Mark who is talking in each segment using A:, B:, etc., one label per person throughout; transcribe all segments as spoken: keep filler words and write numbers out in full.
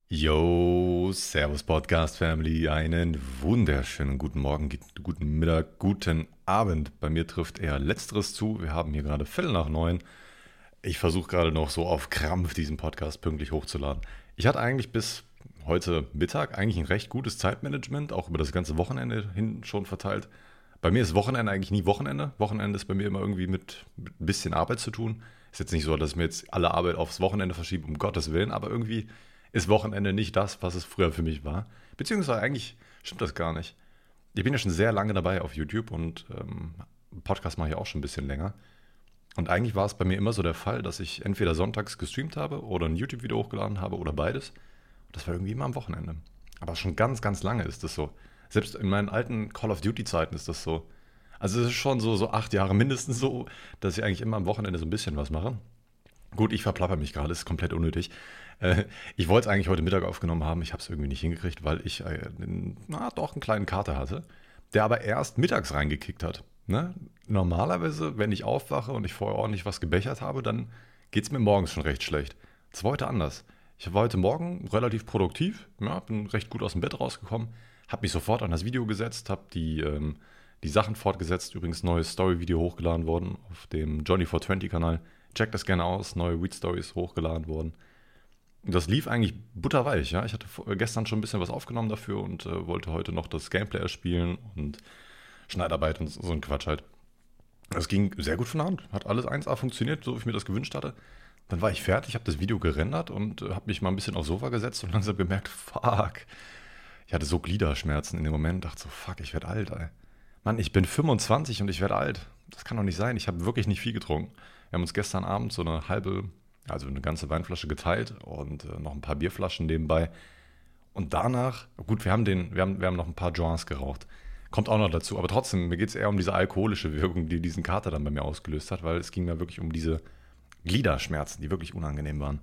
A: Yo, Servus Podcast Family, einen wunderschönen guten Morgen, guten Mittag, guten Abend. Bei mir trifft eher Letzteres zu. Wir haben hier gerade Viertel nach neun. Ich versuche gerade noch so auf Krampf diesen Podcast pünktlich hochzuladen. Ich hatte eigentlich bis heute Mittag eigentlich ein recht gutes Zeitmanagement, auch über das ganze Wochenende hin schon verteilt. Bei mir ist Wochenende eigentlich nie Wochenende. Wochenende ist bei mir immer irgendwie mit, mit ein bisschen Arbeit zu tun. Ist jetzt nicht so, dass ich mir jetzt alle Arbeit aufs Wochenende verschiebe, um Gottes Willen, aber irgendwie ist Wochenende nicht das, was es früher für mich war. Beziehungsweise eigentlich stimmt das gar nicht. Ich bin ja schon sehr lange dabei auf YouTube und ähm, Podcast mache ich auch schon ein bisschen länger. Und eigentlich war es bei mir immer so der Fall, dass ich entweder sonntags gestreamt habe oder ein YouTube-Video hochgeladen habe oder beides. Und das war irgendwie immer am Wochenende. Aber schon ganz, ganz lange ist das so. Selbst in meinen alten Call of Duty-Zeiten ist das so. Also es ist schon so, so acht Jahre mindestens so, dass ich eigentlich immer am Wochenende so ein bisschen was mache. Gut, ich verplapper mich gerade, ist komplett unnötig. Äh, ich wollte es eigentlich heute Mittag aufgenommen haben, ich habe es irgendwie nicht hingekriegt, weil ich äh, einen, na, doch einen kleinen Kater hatte, der aber erst mittags reingekickt hat. Ne? Normalerweise, wenn ich aufwache und ich vorher ordentlich was gebechert habe, dann geht es mir morgens schon recht schlecht. Das war heute anders. Ich war heute Morgen relativ produktiv, ja, bin recht gut aus dem Bett rausgekommen, habe mich sofort an das Video gesetzt, habe die, ähm, die Sachen fortgesetzt, übrigens neues Story-Video hochgeladen worden auf dem Johnny four twenty-Kanal. Checkt das gerne aus, neue Weed Stories hochgeladen worden. Und das lief eigentlich butterweich, ja. Ich hatte gestern schon ein bisschen was aufgenommen dafür und äh, wollte heute noch das Gameplay erspielen und Schneidarbeit und so ein Quatsch halt. Das ging sehr gut von der Hand. Hat alles eins A funktioniert, so wie ich mir das gewünscht hatte. Dann war ich fertig, habe das Video gerendert und äh, habe mich mal ein bisschen aufs Sofa gesetzt und langsam gemerkt, fuck. Ich hatte so Gliederschmerzen in dem Moment, dachte so, fuck, ich werde alt, ey. Mann, ich bin fünfundzwanzig und ich werde alt. Das kann doch nicht sein, ich habe wirklich nicht viel getrunken. Wir haben uns gestern Abend so eine halbe, also eine ganze Weinflasche geteilt und äh, noch ein paar Bierflaschen nebenbei. Und danach, gut, wir haben, den, wir haben, wir haben noch ein paar Joints geraucht. Kommt auch noch dazu. Aber trotzdem, mir geht es eher um diese alkoholische Wirkung, die diesen Kater dann bei mir ausgelöst hat, weil es ging mir wirklich um diese Gliederschmerzen, die wirklich unangenehm waren.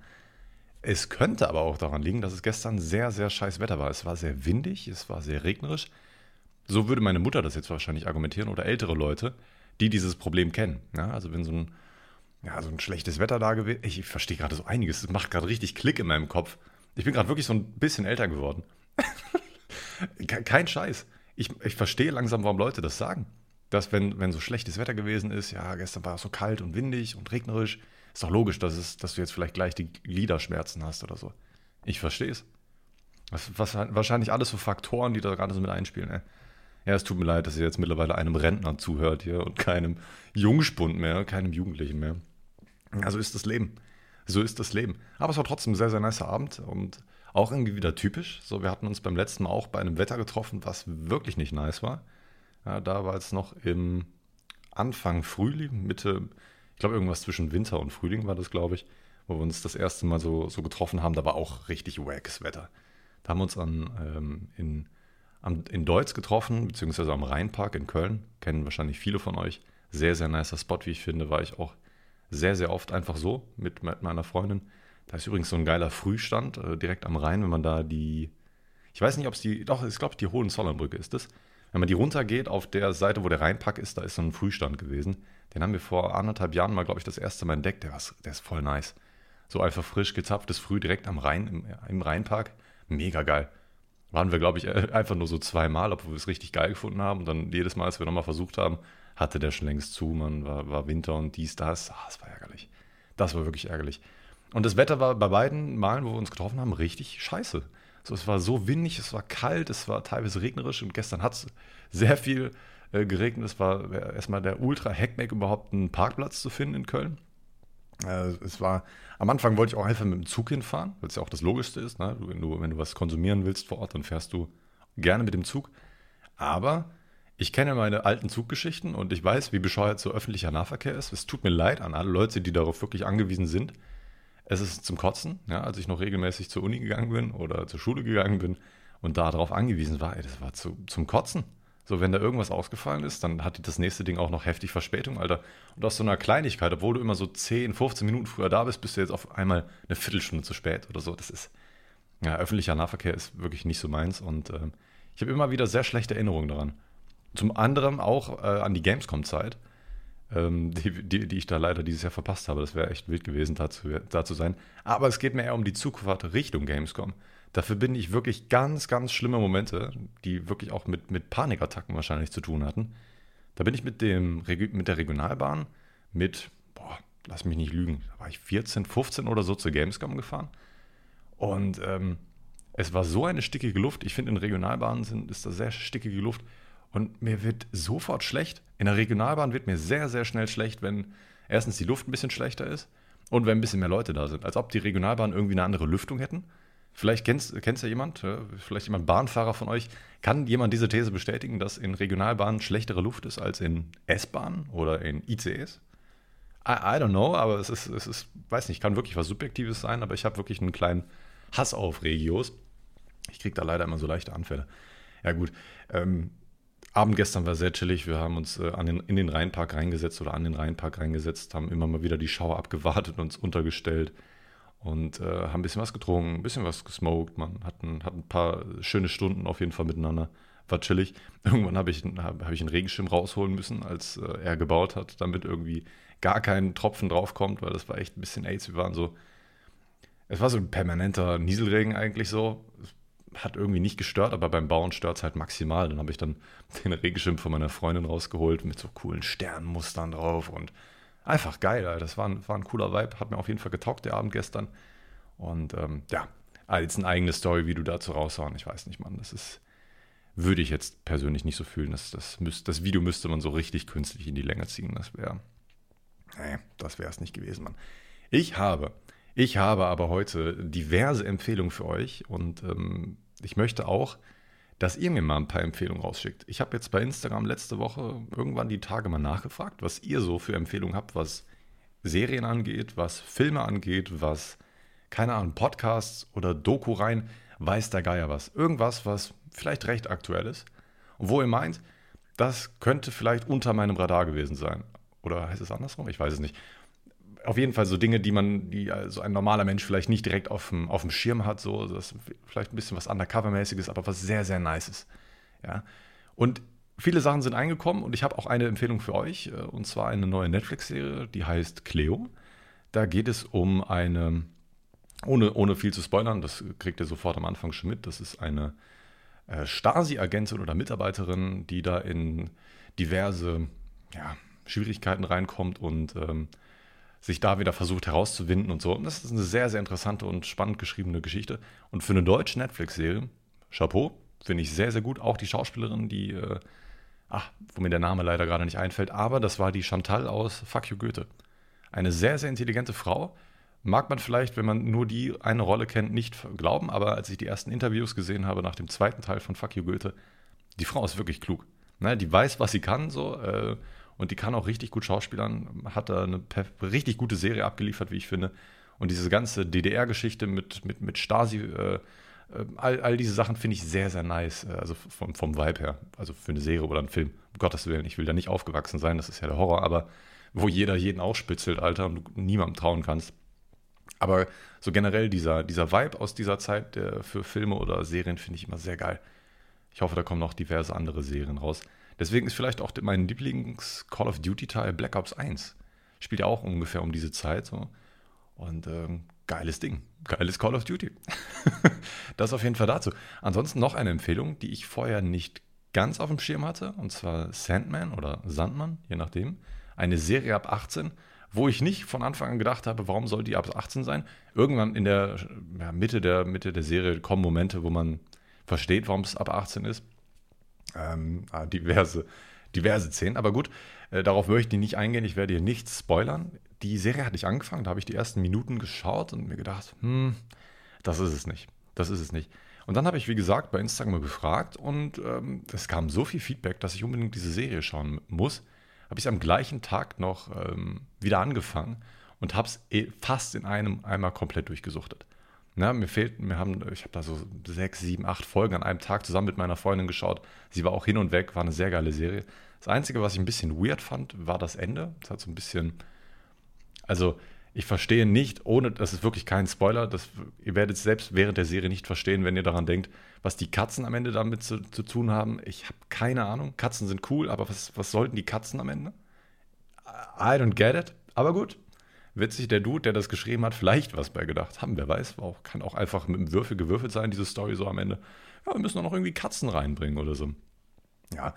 A: Es könnte aber auch daran liegen, dass es gestern sehr, sehr scheiß Wetter war. Es war sehr windig, es war sehr regnerisch. So würde meine Mutter das jetzt wahrscheinlich argumentieren oder ältere Leute, die dieses Problem kennen. Ja, also wenn so ein Ja, so ein schlechtes Wetter da gewesen. Ich, ich verstehe gerade so einiges. Es macht gerade richtig Klick in meinem Kopf. Ich bin gerade wirklich so ein bisschen älter geworden. Kein Scheiß. Ich, ich verstehe langsam, warum Leute das sagen. Dass, wenn, wenn so schlechtes Wetter gewesen ist, ja, gestern war es so kalt und windig und regnerisch, ist doch logisch, dass, es, dass du jetzt vielleicht gleich die Gliederschmerzen hast oder so. Ich verstehe es. Das was, wahrscheinlich alles so Faktoren, die da gerade so mit einspielen. Ey. Ja, es tut mir leid, dass ihr jetzt mittlerweile einem Rentner zuhört hier und keinem Jungspund mehr, keinem Jugendlichen mehr. Ja, so ist das Leben. So ist das Leben. Aber es war trotzdem ein sehr, sehr nicer Abend und auch irgendwie wieder typisch. So, wir hatten uns beim letzten Mal auch bei einem Wetter getroffen, was wirklich nicht nice war. Ja, da war es noch im Anfang Frühling, Mitte, ich glaube irgendwas zwischen Winter und Frühling war das, glaube ich, wo wir uns das erste Mal so, so getroffen haben. Da war auch richtig wackes Wetter. Da haben wir uns an, ähm, in, an, in Deutz getroffen, beziehungsweise am Rheinpark in Köln. Kennen wahrscheinlich viele von euch. Sehr, sehr nicer Spot, wie ich finde, war ich auch sehr, sehr oft einfach so mit, mit meiner Freundin. Da ist übrigens so ein geiler Frühstand äh, direkt am Rhein, wenn man da die, ich weiß nicht, ob es die, doch, ich glaube, die Hohenzollernbrücke ist es. Wenn man die runtergeht, auf der Seite, wo der Rheinpark ist, da ist so ein Frühstand gewesen. Den haben wir vor anderthalb Jahren mal, glaube ich, das erste Mal entdeckt. Der, war, der ist voll nice. So einfach frisch gezapftes Früh direkt am Rhein, im, im Rheinpark. Mega geil. Waren wir, glaube ich, einfach nur so zweimal, obwohl wir es richtig geil gefunden haben. Und dann jedes Mal, als wir nochmal versucht haben, hatte der schon längst zu, man war, war Winter und dies, das. Ah, das war ärgerlich. Das war wirklich ärgerlich. Und das Wetter war bei beiden Malen, wo wir uns getroffen haben, richtig scheiße. So, es war so windig, es war kalt, es war teilweise regnerisch und gestern hat es sehr viel äh, geregnet. Es war erstmal der Ultra-Hackmack, überhaupt einen Parkplatz zu finden in Köln. Äh, es war, am Anfang wollte ich auch einfach mit dem Zug hinfahren, weil es ja auch das Logischste ist. Ne? Wenn du, wenn du was konsumieren willst vor Ort, dann fährst du gerne mit dem Zug. Aber ich kenne meine alten Zuggeschichten und ich weiß, wie bescheuert so öffentlicher Nahverkehr ist. Es tut mir leid an alle Leute, die darauf wirklich angewiesen sind. Es ist zum Kotzen, ja, als ich noch regelmäßig zur Uni gegangen bin oder zur Schule gegangen bin und darauf angewiesen war, ey, das war zu, zum Kotzen. So, wenn da irgendwas ausgefallen ist, dann hat das nächste Ding auch noch heftig Verspätung, Alter. Und aus so einer Kleinigkeit, obwohl du immer so zehn, fünfzehn Minuten früher da bist, bist du jetzt auf einmal eine Viertelstunde zu spät oder so. Das ist, ja, öffentlicher Nahverkehr ist wirklich nicht so meins und äh, ich habe immer wieder sehr schlechte Erinnerungen daran. Zum anderen auch äh, an die Gamescom-Zeit. ähm, die, die, die ich da leider dieses Jahr verpasst habe. Das wäre echt wild gewesen, da zu, da zu sein. Aber es geht mir eher um die Zugfahrt Richtung Gamescom. Da verbinde ich wirklich ganz, ganz schlimme Momente, die wirklich auch mit, mit Panikattacken wahrscheinlich zu tun hatten. Da bin ich mit, dem, Regi- mit der Regionalbahn mit, boah, lass mich nicht lügen, da war ich vierzehn, fünfzehn oder so zur Gamescom gefahren. Und ähm, es war so eine stickige Luft. Ich finde, in Regionalbahnen sind, ist da sehr stickige Luft. Und mir wird sofort schlecht. In der Regionalbahn wird mir sehr, sehr schnell schlecht, wenn erstens die Luft ein bisschen schlechter ist und wenn ein bisschen mehr Leute da sind. Als ob die Regionalbahnen irgendwie eine andere Lüftung hätten. Vielleicht kennst, kennst ja jemand, äh, vielleicht jemand Bahnfahrer von euch. Kann jemand diese These bestätigen, dass in Regionalbahnen schlechtere Luft ist als in S-Bahnen oder in I C Es? I, I don't know, aber es ist, es ist, weiß nicht, kann wirklich was Subjektives sein, aber ich habe wirklich einen kleinen Hass auf Regios. Ich kriege da leider immer so leichte Anfälle. Ja gut, ähm, Abend gestern war sehr chillig. Wir haben uns äh, an den, in den Rheinpark reingesetzt oder an den Rheinpark reingesetzt, haben immer mal wieder die Schauer abgewartet, uns untergestellt und äh, haben ein bisschen was getrunken, ein bisschen was gesmoked. Man hat ein, hat ein paar schöne Stunden auf jeden Fall miteinander. War chillig. Irgendwann habe ich, hab, hab ich einen Regenschirm rausholen müssen, als äh, er gebaut hat, damit irgendwie gar kein Tropfen draufkommt, weil das war echt ein bisschen AIDS. Wir waren so, es war so ein permanenter Nieselregen eigentlich so. Hat irgendwie nicht gestört, aber beim Bauen stört es halt maximal. Dann habe ich dann den Regenschirm von meiner Freundin rausgeholt mit so coolen Sternmustern drauf und einfach geil, Alter. Das war ein, war ein cooler Vibe, hat mir auf jeden Fall getaugt, der Abend gestern. Und ähm, ja, als eine eigene Story, wie du dazu raushauen, ich weiß nicht, Mann, das ist, würde ich jetzt persönlich nicht so fühlen. Das, das, müsst, das Video müsste man so richtig künstlich in die Länge ziehen. Das wäre, nee, das wäre es nicht gewesen, Mann. Ich habe, ich habe aber heute diverse Empfehlungen für euch und ähm, ich möchte auch, dass ihr mir mal ein paar Empfehlungen rausschickt. Ich habe jetzt bei Instagram letzte Woche irgendwann die Tage mal nachgefragt, was ihr so für Empfehlungen habt, was Serien angeht, was Filme angeht, was, keine Ahnung, Podcasts oder Doku rein, weiß der Geier was. Irgendwas, was vielleicht recht aktuell ist und wo ihr meint, das könnte vielleicht unter meinem Radar gewesen sein. Oder heißt es andersrum? Ich weiß es nicht. Auf jeden Fall so Dinge, die man, die so ein normaler Mensch vielleicht nicht direkt auf dem, auf dem Schirm hat, so, das ist vielleicht ein bisschen was Undercover-mäßiges, aber was sehr, sehr Nices. Ja. Und viele Sachen sind eingekommen und ich habe auch eine Empfehlung für euch, äh, und zwar eine neue Netflix-Serie, die heißt Cleo. Da geht es um eine, ohne, ohne viel zu spoilern, das kriegt ihr sofort am Anfang schon mit, das ist eine äh, Stasi-Agentin oder Mitarbeiterin, die da in diverse, ja, Schwierigkeiten reinkommt und ähm, sich da wieder versucht herauszuwinden und so. Und das ist eine sehr, sehr interessante und spannend geschriebene Geschichte. Und für eine deutsche Netflix-Serie, Chapeau, finde ich sehr, sehr gut. Auch die Schauspielerin, die, äh, ach, wo mir der Name leider gerade nicht einfällt, aber das war die Chantal aus Fuck You Goethe. Eine sehr, sehr intelligente Frau. Mag man vielleicht, wenn man nur die eine Rolle kennt, nicht glauben, aber als ich die ersten Interviews gesehen habe nach dem zweiten Teil von Fuck You Goethe, die Frau ist wirklich klug. Ne, die weiß, was sie kann, so, äh, und die kann auch richtig gut schauspielern, hat da eine richtig gute Serie abgeliefert, wie ich finde. Und diese ganze D D R-Geschichte mit, mit, mit Stasi, äh, äh, all, all diese Sachen finde ich sehr, sehr nice. äh, Also vom, vom Vibe her. Also für eine Serie oder einen Film. Um Gottes Willen, ich will da nicht aufgewachsen sein, das ist ja der Horror, aber wo jeder jeden ausspitzelt, Alter, und du niemandem trauen kannst. Aber so generell dieser, dieser Vibe aus dieser Zeit der, für Filme oder Serien finde ich immer sehr geil. Ich hoffe, da kommen noch diverse andere Serien raus. Deswegen ist vielleicht auch mein Lieblings-Call of Duty-Teil Black Ops eins. Spielt ja auch ungefähr um diese Zeit. So. Und ähm, geiles Ding. Geiles Call of Duty. Das auf jeden Fall dazu. Ansonsten noch eine Empfehlung, die ich vorher nicht ganz auf dem Schirm hatte. Und zwar Sandman oder Sandman, je nachdem. Eine Serie ab achtzehn, wo ich nicht von Anfang an gedacht habe, warum soll die ab achtzehn sein. Irgendwann in der ja, Mitte der, Mitte der Serie kommen Momente, wo man versteht, warum es ab achtzehn ist. Ähm, diverse, diverse Szenen. Aber gut, äh, darauf möchte ich nicht eingehen. Ich werde hier nichts spoilern. Die Serie hatte ich angefangen, da habe ich die ersten Minuten geschaut und mir gedacht, hm, das ist es nicht. Das ist es nicht. Und dann habe ich, wie gesagt, bei Instagram mal gefragt und ähm, es kam so viel Feedback, dass ich unbedingt diese Serie schauen muss. Habe ich es am gleichen Tag noch ähm, wieder angefangen und habe es eh fast in einem einmal komplett durchgesuchtet. Na, mir fehlt, wir haben, ich habe da so sechs, sieben, acht Folgen an einem Tag zusammen mit meiner Freundin geschaut. Sie war auch hin und weg, war eine sehr geile Serie. Das Einzige, was ich ein bisschen weird fand, war das Ende. Das hat so ein bisschen, also ich verstehe nicht, ohne, das ist wirklich kein Spoiler, das, ihr werdet es selbst während der Serie nicht verstehen, wenn ihr daran denkt, was die Katzen am Ende damit zu, zu tun haben. Ich habe keine Ahnung. Katzen sind cool, aber was, was sollten die Katzen am Ende? I don't get it, aber gut. Witzig, der Dude, der das geschrieben hat, vielleicht was bei gedacht haben, wer weiß. Auch, kann auch einfach mit dem Würfel gewürfelt sein, diese Story so am Ende. Ja, wir müssen auch noch irgendwie Katzen reinbringen oder so. Ja,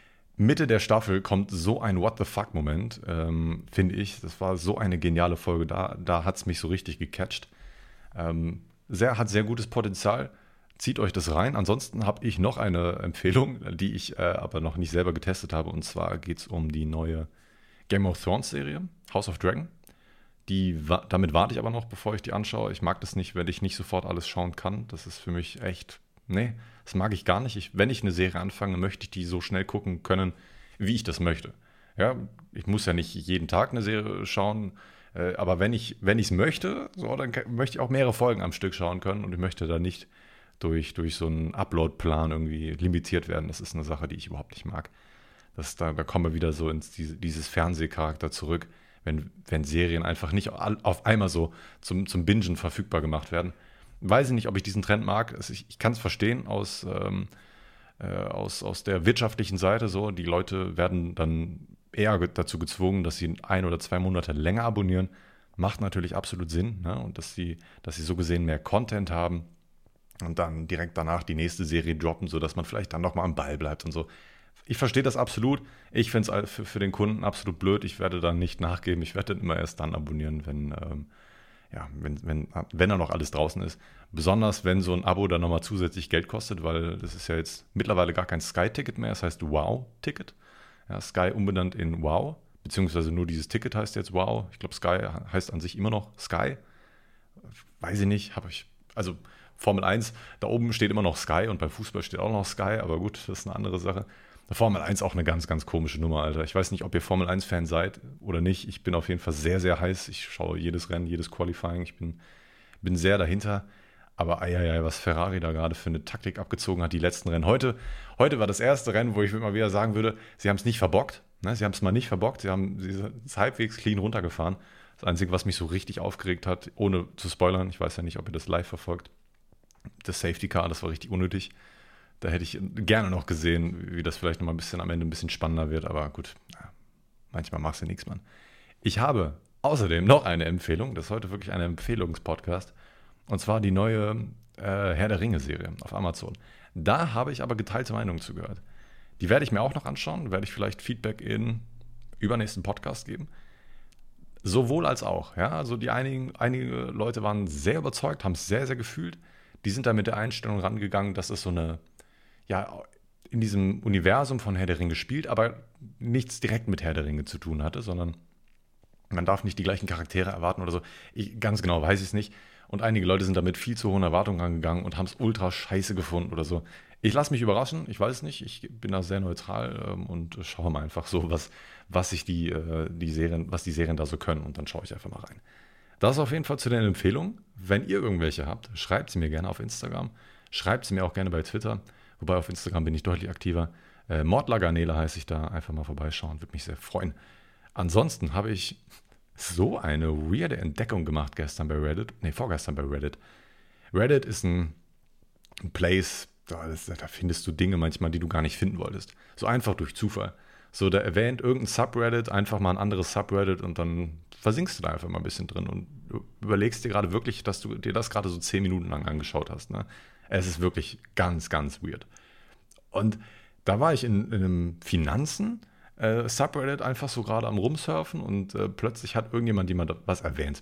A: Mitte der Staffel kommt so ein What-the-fuck-Moment, ähm, finde ich. Das war so eine geniale Folge, da, da hat es mich so richtig gecatcht. Ähm, sehr, hat sehr gutes Potenzial. Zieht euch das rein. Ansonsten habe ich noch eine Empfehlung, die ich äh, aber noch nicht selber getestet habe. Und zwar geht es um die neue Game of Thrones Serie, House of Dragon. Die, damit warte ich aber noch, bevor ich die anschaue. Ich mag das nicht, wenn ich nicht sofort alles schauen kann. Das ist für mich echt, nee, das mag ich gar nicht. Ich, wenn ich eine Serie anfange, möchte ich die so schnell gucken können, wie ich das möchte. Ja, ich muss ja nicht jeden Tag eine Serie schauen, äh, aber wenn ich wenn ich es möchte, so, dann möchte ich auch mehrere Folgen am Stück schauen können und ich möchte da nicht durch, durch so einen Upload-Plan irgendwie limitiert werden. Das ist eine Sache, die ich überhaupt nicht mag. Das, da, da kommen wir wieder so ins diese, dieses Fernsehcharakter zurück, wenn, wenn Serien einfach nicht auf einmal so zum, zum Bingen verfügbar gemacht werden. Weiß ich nicht, ob ich diesen Trend mag. Ich, ich kann es verstehen aus, ähm, äh, aus, aus der wirtschaftlichen Seite. So. Die Leute werden dann eher dazu gezwungen, dass sie ein oder zwei Monate länger abonnieren. Macht natürlich absolut Sinn. Ne? Und dass sie, dass sie so gesehen mehr Content haben und dann direkt danach die nächste Serie droppen, sodass man vielleicht dann nochmal am Ball bleibt und so. Ich verstehe das absolut. Ich finde es für, für den Kunden absolut blöd. Ich werde dann nicht nachgeben. Ich werde dann immer erst dann abonnieren, wenn, ähm, ja, wenn, wenn, wenn da noch alles draußen ist. Besonders, wenn so ein Abo dann nochmal zusätzlich Geld kostet, weil das ist ja jetzt mittlerweile gar kein Sky-Ticket mehr. Es heißt Wow-Ticket. Ja, Sky umbenannt in Wow, beziehungsweise nur dieses Ticket heißt jetzt Wow. Ich glaube, Sky heißt an sich immer noch Sky. Weiß ich nicht, habe ich, also Formel eins, da oben steht immer noch Sky und beim Fußball steht auch noch Sky, aber gut, das ist eine andere Sache. Formel eins auch eine ganz, ganz komische Nummer, Alter. Ich weiß nicht, ob ihr Formel eins-Fan seid oder nicht. Ich bin auf jeden Fall sehr, sehr heiß. Ich schaue jedes Rennen, jedes Qualifying. Ich bin, bin sehr dahinter. Aber ei, ei, ei, was Ferrari da gerade für eine Taktik abgezogen hat, die letzten Rennen. Heute, heute war das erste Rennen, wo ich mal wieder sagen würde, sie haben es nicht verbockt. Ne? Sie haben es mal nicht verbockt. Sie haben es halbwegs clean runtergefahren. Das Einzige, was mich so richtig aufgeregt hat, ohne zu spoilern, ich weiß ja nicht, ob ihr das live verfolgt, das Safety Car, das war richtig unnötig. Da hätte ich gerne noch gesehen, wie das vielleicht noch mal ein bisschen am Ende ein bisschen spannender wird. Aber gut, manchmal machst du nichts, Mann. Ich habe außerdem noch eine Empfehlung. Das ist heute wirklich ein Empfehlungspodcast. Und zwar die neue äh, Herr der Ringe-Serie auf Amazon. Da habe ich aber geteilte Meinungen zu gehört. Die werde ich mir auch noch anschauen. Werde ich vielleicht Feedback in übernächsten Podcast geben. Sowohl als auch. Ja? Also die einigen, einige Leute waren sehr überzeugt, haben es sehr, sehr gefühlt. Die sind da mit der Einstellung rangegangen, dass es so eine, ja, in diesem Universum von Herr der Ringe spielt, aber nichts direkt mit Herr der Ringe zu tun hatte, sondern man darf nicht die gleichen Charaktere erwarten oder so. Ich, ganz genau weiß ich es nicht. Und einige Leute sind damit viel zu hohen Erwartungen rangegangen und haben es ultra scheiße gefunden oder so. Ich lasse mich überraschen, ich weiß es nicht. Ich bin da sehr neutral ähm, und schaue mal einfach so, was, was sich die, äh, die Serien, was die Serien da so können. Und dann schaue ich einfach mal rein. Das auf jeden Fall zu den Empfehlungen. Wenn ihr irgendwelche habt, schreibt sie mir gerne auf Instagram. Schreibt sie mir auch gerne bei Twitter. Wobei auf Instagram bin ich deutlich aktiver. Äh, Mordlagarnele heiße ich da. Einfach mal vorbeischauen, würde mich sehr freuen. Ansonsten habe ich so eine weirde Entdeckung gemacht gestern bei Reddit. Ne, vorgestern bei Reddit. Reddit ist ein, ein Place, da, das, da findest du Dinge manchmal, die du gar nicht finden wolltest. So einfach durch Zufall. So, da erwähnt irgendein Subreddit einfach mal ein anderes Subreddit und dann versinkst du da einfach mal ein bisschen drin und du überlegst dir gerade wirklich, dass du dir das gerade so zehn Minuten lang angeschaut hast. Ne? Es ist wirklich ganz, ganz weird. Und da war ich in, in einem Finanzen äh, Subreddit einfach so gerade am Rumsurfen und äh, plötzlich hat irgendjemand jemand was erwähnt.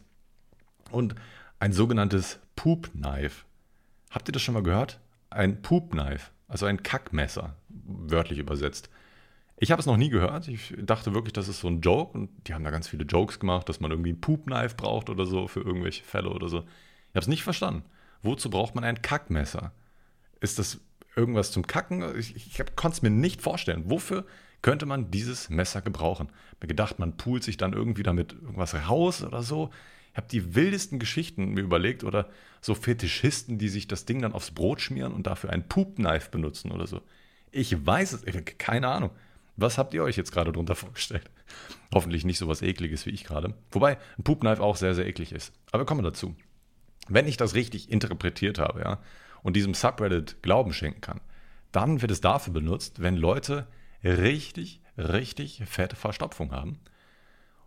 A: Und ein sogenanntes Poop Knife. Habt ihr das schon mal gehört? Ein Poop Knife, also ein Kackmesser, wörtlich übersetzt. Ich habe es noch nie gehört. Ich dachte wirklich, das ist so ein Joke. Und die haben da ganz viele Jokes gemacht, dass man irgendwie ein Poop-Knife braucht oder so für irgendwelche Fälle oder so. Ich habe es nicht verstanden. Wozu braucht man ein Kackmesser? Ist das irgendwas zum Kacken? Ich, ich konnte es mir nicht vorstellen. Wofür könnte man dieses Messer gebrauchen? Ich habe mir gedacht, man poolt sich dann irgendwie damit irgendwas raus oder so. Ich habe die wildesten Geschichten mir überlegt oder so Fetischisten, die sich das Ding dann aufs Brot schmieren und dafür ein Poop-Knife benutzen oder so. Ich weiß es, keine Ahnung. Was habt ihr euch jetzt gerade drunter vorgestellt? Hoffentlich nicht so was Ekliges wie ich gerade. Wobei ein Poop-Knife auch sehr, sehr eklig ist. Aber wir kommen dazu. Wenn ich das richtig interpretiert habe, ja, und diesem Subreddit Glauben schenken kann, dann wird es dafür benutzt, wenn Leute richtig, richtig fette Verstopfung haben.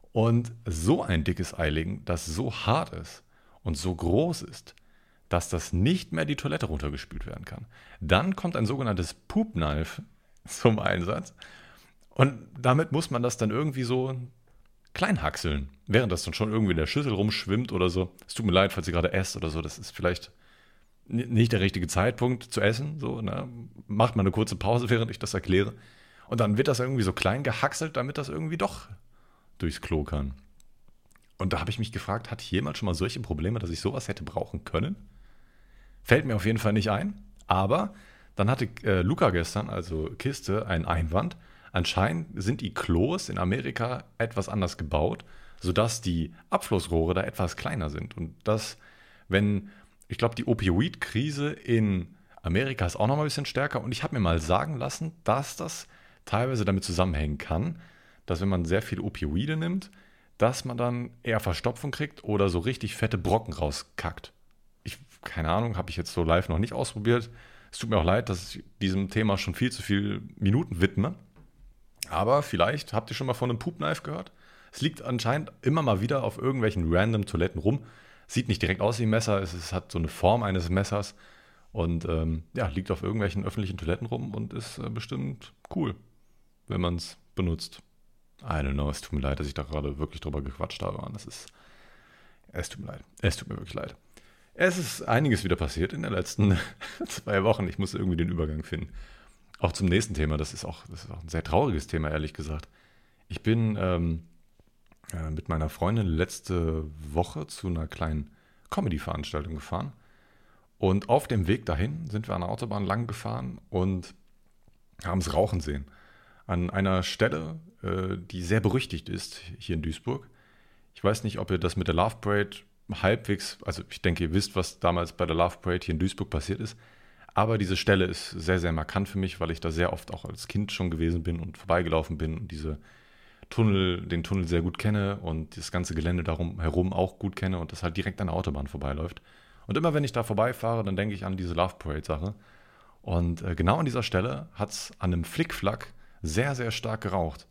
A: Und so ein dickes Ei legen, das so hart ist und so groß ist, dass das nicht mehr die Toilette runtergespült werden kann. Dann kommt ein sogenanntes Poop Knife zum Einsatz und damit muss man das dann irgendwie so klein hackseln, während das dann schon irgendwie in der Schüssel rumschwimmt oder so. Es tut mir leid, falls ihr gerade esst oder so, das ist vielleicht n- nicht der richtige Zeitpunkt zu essen. So, ne? Macht mal eine kurze Pause, während ich das erkläre. Und dann wird das irgendwie so klein gehackselt, damit das irgendwie doch durchs Klo kann. Und da habe ich mich gefragt, hatte ich jemals schon mal solche Probleme, dass ich sowas hätte brauchen können? Fällt mir auf jeden Fall nicht ein. Aber dann hatte äh, Luca gestern, also Kiste, einen Einwand. Anscheinend sind die Klos in Amerika etwas anders gebaut, sodass die Abflussrohre da etwas kleiner sind. Und das, wenn, ich glaube, die Opioid-Krise in Amerika ist auch noch mal ein bisschen stärker. Und ich habe mir mal sagen lassen, dass das teilweise damit zusammenhängen kann, dass wenn man sehr viele Opioide nimmt, dass man dann eher Verstopfung kriegt oder so richtig fette Brocken rauskackt. Ich, keine Ahnung, habe ich jetzt so live noch nicht ausprobiert. Es tut mir auch leid, dass ich diesem Thema schon viel zu viele Minuten widme. Aber vielleicht habt ihr schon mal von einem Poop Knife gehört. Es liegt anscheinend immer mal wieder auf irgendwelchen random Toiletten rum. Sieht nicht direkt aus wie ein Messer, es, es hat so eine Form eines Messers und ähm, ja, liegt auf irgendwelchen öffentlichen Toiletten rum und ist äh, bestimmt cool, wenn man es benutzt. I don't know, es tut mir leid, dass ich da gerade wirklich drüber gequatscht habe. Mann. Das ist, es tut mir leid. Es tut mir wirklich leid. Es ist einiges wieder passiert in den letzten zwei Wochen. Ich muss irgendwie den Übergang finden. Auch zum nächsten Thema. Das ist auch, das ist auch ein sehr trauriges Thema, ehrlich gesagt. Ich bin ähm, äh, mit meiner Freundin letzte Woche zu einer kleinen Comedy-Veranstaltung gefahren. Und auf dem Weg dahin sind wir an der Autobahn lang gefahren und haben es rauchen sehen. An einer Stelle, äh, die sehr berüchtigt ist hier in Duisburg. Ich weiß nicht, ob ihr das mit der Love Parade halbwegs, also ich denke, ihr wisst, was damals bei der Love Parade hier in Duisburg passiert ist. Aber diese Stelle ist sehr, sehr markant für mich, weil ich da sehr oft auch als Kind schon gewesen bin und vorbeigelaufen bin und diese Tunnel, den Tunnel sehr gut kenne und das ganze Gelände darum herum auch gut kenne und das halt direkt an der Autobahn vorbeiläuft. Und immer wenn ich da vorbeifahre, dann denke ich an diese Love Parade-Sache. Und äh, genau an dieser Stelle hat es an einem Flickflack sehr, sehr stark geraucht.